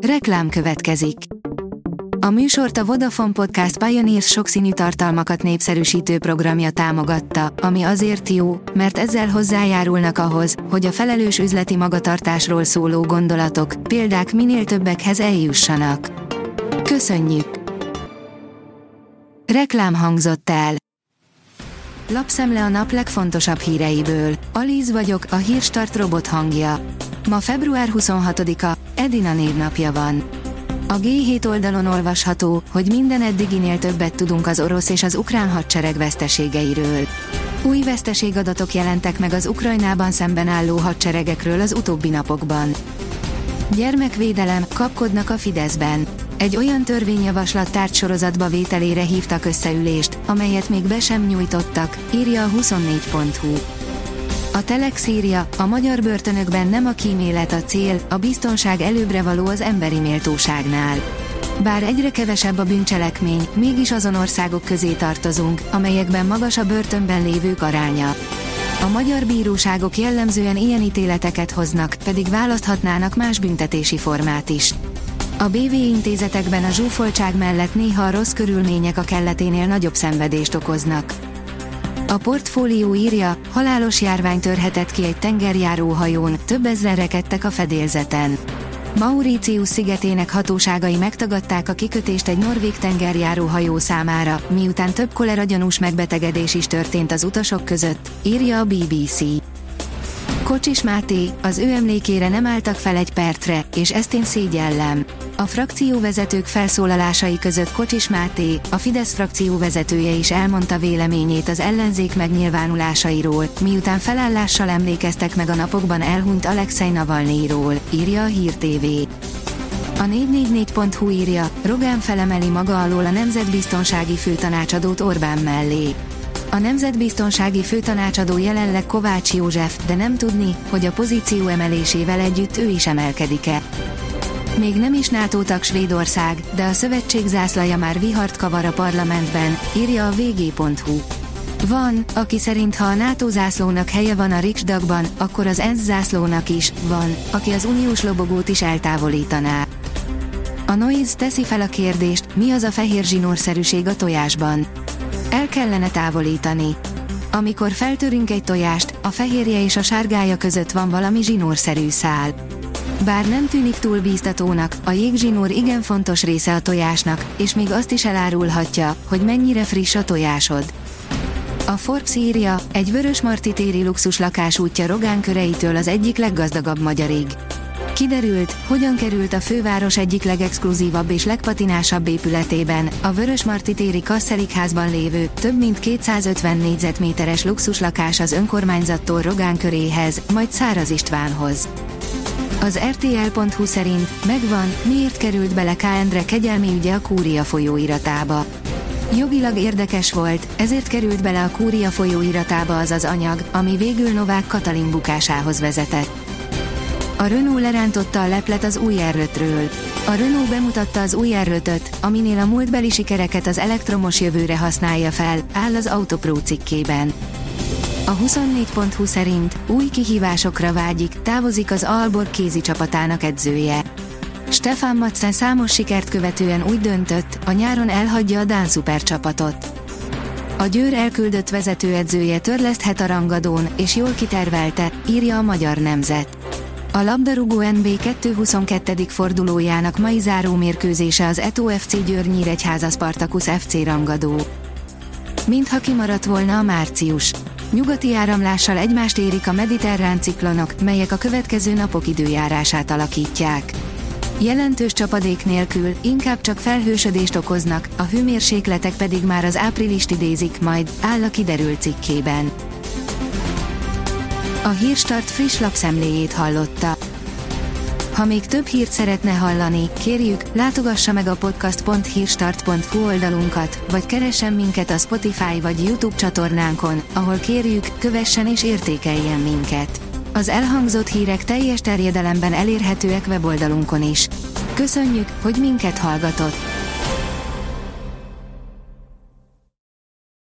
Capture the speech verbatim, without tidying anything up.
Reklám következik. A műsort a Vodafone Podcast Pioneers sokszínű tartalmakat népszerűsítő programja támogatta, ami azért jó, mert ezzel hozzájárulnak ahhoz, hogy a felelős üzleti magatartásról szóló gondolatok, példák minél többekhez eljussanak. Köszönjük! Reklám hangzott el. Lapszemle a nap legfontosabb híreiből. Alíz vagyok, a Hírstart robot hangja. Ma február huszonhatodika, Edina névnapja van. A gé hét oldalon olvasható, hogy minden eddiginél többet tudunk az orosz és az ukrán hadsereg veszteségeiről. Új veszteségadatok jelentek meg az Ukrajnában szemben álló hadseregekről az utóbbi napokban. Gyermekvédelem, kapkodnak a Fideszben. Egy olyan törvényjavaslat tárgysorozatba vételére hívtak összeülést, amelyet még be sem nyújtottak, írja a huszonnégy pont hu. A Telex írja, a magyar börtönökben nem a kímélet a cél, a biztonság előbbre való az emberi méltóságnál. Bár egyre kevesebb a bűncselekmény, mégis azon országok közé tartozunk, amelyekben magas a börtönben lévők aránya. A magyar bíróságok jellemzően ilyen ítéleteket hoznak, pedig választhatnának más büntetési formát is. A bé vé intézetekben a zsúfoltság mellett néha a rossz körülmények a kelleténél nagyobb szenvedést okoznak. A Portfólió írja, halálos járvány törhetett ki egy tengerjáró hajón, több ezren rekedtek a fedélzeten. Mauritius szigetének hatóságai megtagadták a kikötést egy norvég tengerjáró hajó számára, miután több kolera gyanús megbetegedés is történt az utasok között, írja a bé bé cé. Kocsis Máté, az ő emlékére nem álltak fel egy percre, és ezt én szégyellem. A frakcióvezetők felszólalásai között Kocsis Máté, a Fidesz frakcióvezetője is elmondta véleményét az ellenzék megnyilvánulásairól, miután felállással emlékeztek meg a napokban elhunyt Alexei Navalnyijról, írja a Hír té vé. A négy négy négy pont hu írja, Rogán felemeli maga alól a nemzetbiztonsági főtanácsadót Orbán mellé. A nemzetbiztonsági főtanácsadó jelenleg Kovács József, de nem tudni, hogy a pozíció emelésével együtt ő is emelkedik-e. Még nem is NATO tag Svédország, de a szövetség zászlaja már vihart kavar a parlamentben, írja a vé gé pont hu. Van, aki szerint ha a NATO zászlónak helye van a Riksdagban, akkor az ENSZ zászlónak is, van, aki az uniós lobogót is eltávolítaná. A Noise teszi fel a kérdést, mi az a fehér zsinórszerűség a tojásban. El kellene távolítani. Amikor feltörünk egy tojást, a fehérje és a sárgája között van valami zsinórszerű szál. Bár nem tűnik túl bíztatónak, a jégzsinór igen fontos része a tojásnak, és még azt is elárulhatja, hogy mennyire friss a tojásod. A Forbes írja, egy vörösmarty téri luxus lakás útja Rogán köreitől az egyik leggazdagabb magyarig. Kiderült, hogyan került a főváros egyik legexkluzívabb és legpatinásabb épületében, a vörösmarty téri Kasszelik-házban lévő, több mint kétszázötven négyzetméteres luxuslakás az önkormányzattól Rogán köréhez, majd Száraz Istvánhoz. Az er té el pont hu szerint megvan, miért került bele K. Endre kegyelmi ügye a Kúria folyóiratába. Jogilag érdekes volt, ezért került bele a Kúria folyóiratába az az anyag, ami végül Novák Katalin bukásához vezetett. A Renault lerántotta a leplet az új er ötről. A Renault bemutatta az új er ötöt, aminél a múltbeli sikereket az elektromos jövőre használja fel, áll az Autopro cikkében. A huszonnégy pont hu szerint új kihívásokra vágyik, távozik az Aalborg kézi csapatának edzője. Stefan Madsen számos sikert követően úgy döntött, a nyáron elhagyja a dán szupercsapatot. A Győr elküldött vezetőedzője törleszthet a rangadón, és jól kitervelte, írja a Magyar Nemzet. A labdarúgó en bé kétszázhuszonkettő fordulójának mai záró mérkőzése az Eto ef cé Győr Nyíregyháza Spartacus ef cé rangadó. Mintha kimaradt volna a március. Nyugati áramlással egymást érik a mediterrán ciklonok, melyek a következő napok időjárását alakítják. Jelentős csapadék nélkül, inkább csak felhősödést okoznak, a hőmérsékletek pedig már az áprilist idézik majd, áll a Kiderült cikkében. A Hírstart friss lapszemléjét hallotta. Ha még több hírt szeretne hallani, kérjük, látogassa meg a podcast pont hírstart pont hu oldalunkat, vagy keressen minket a Spotify vagy YouTube csatornánkon, ahol kérjük, kövessen és értékeljen minket. Az elhangzott hírek teljes terjedelemben elérhetőek weboldalunkon is. Köszönjük, hogy minket hallgatott!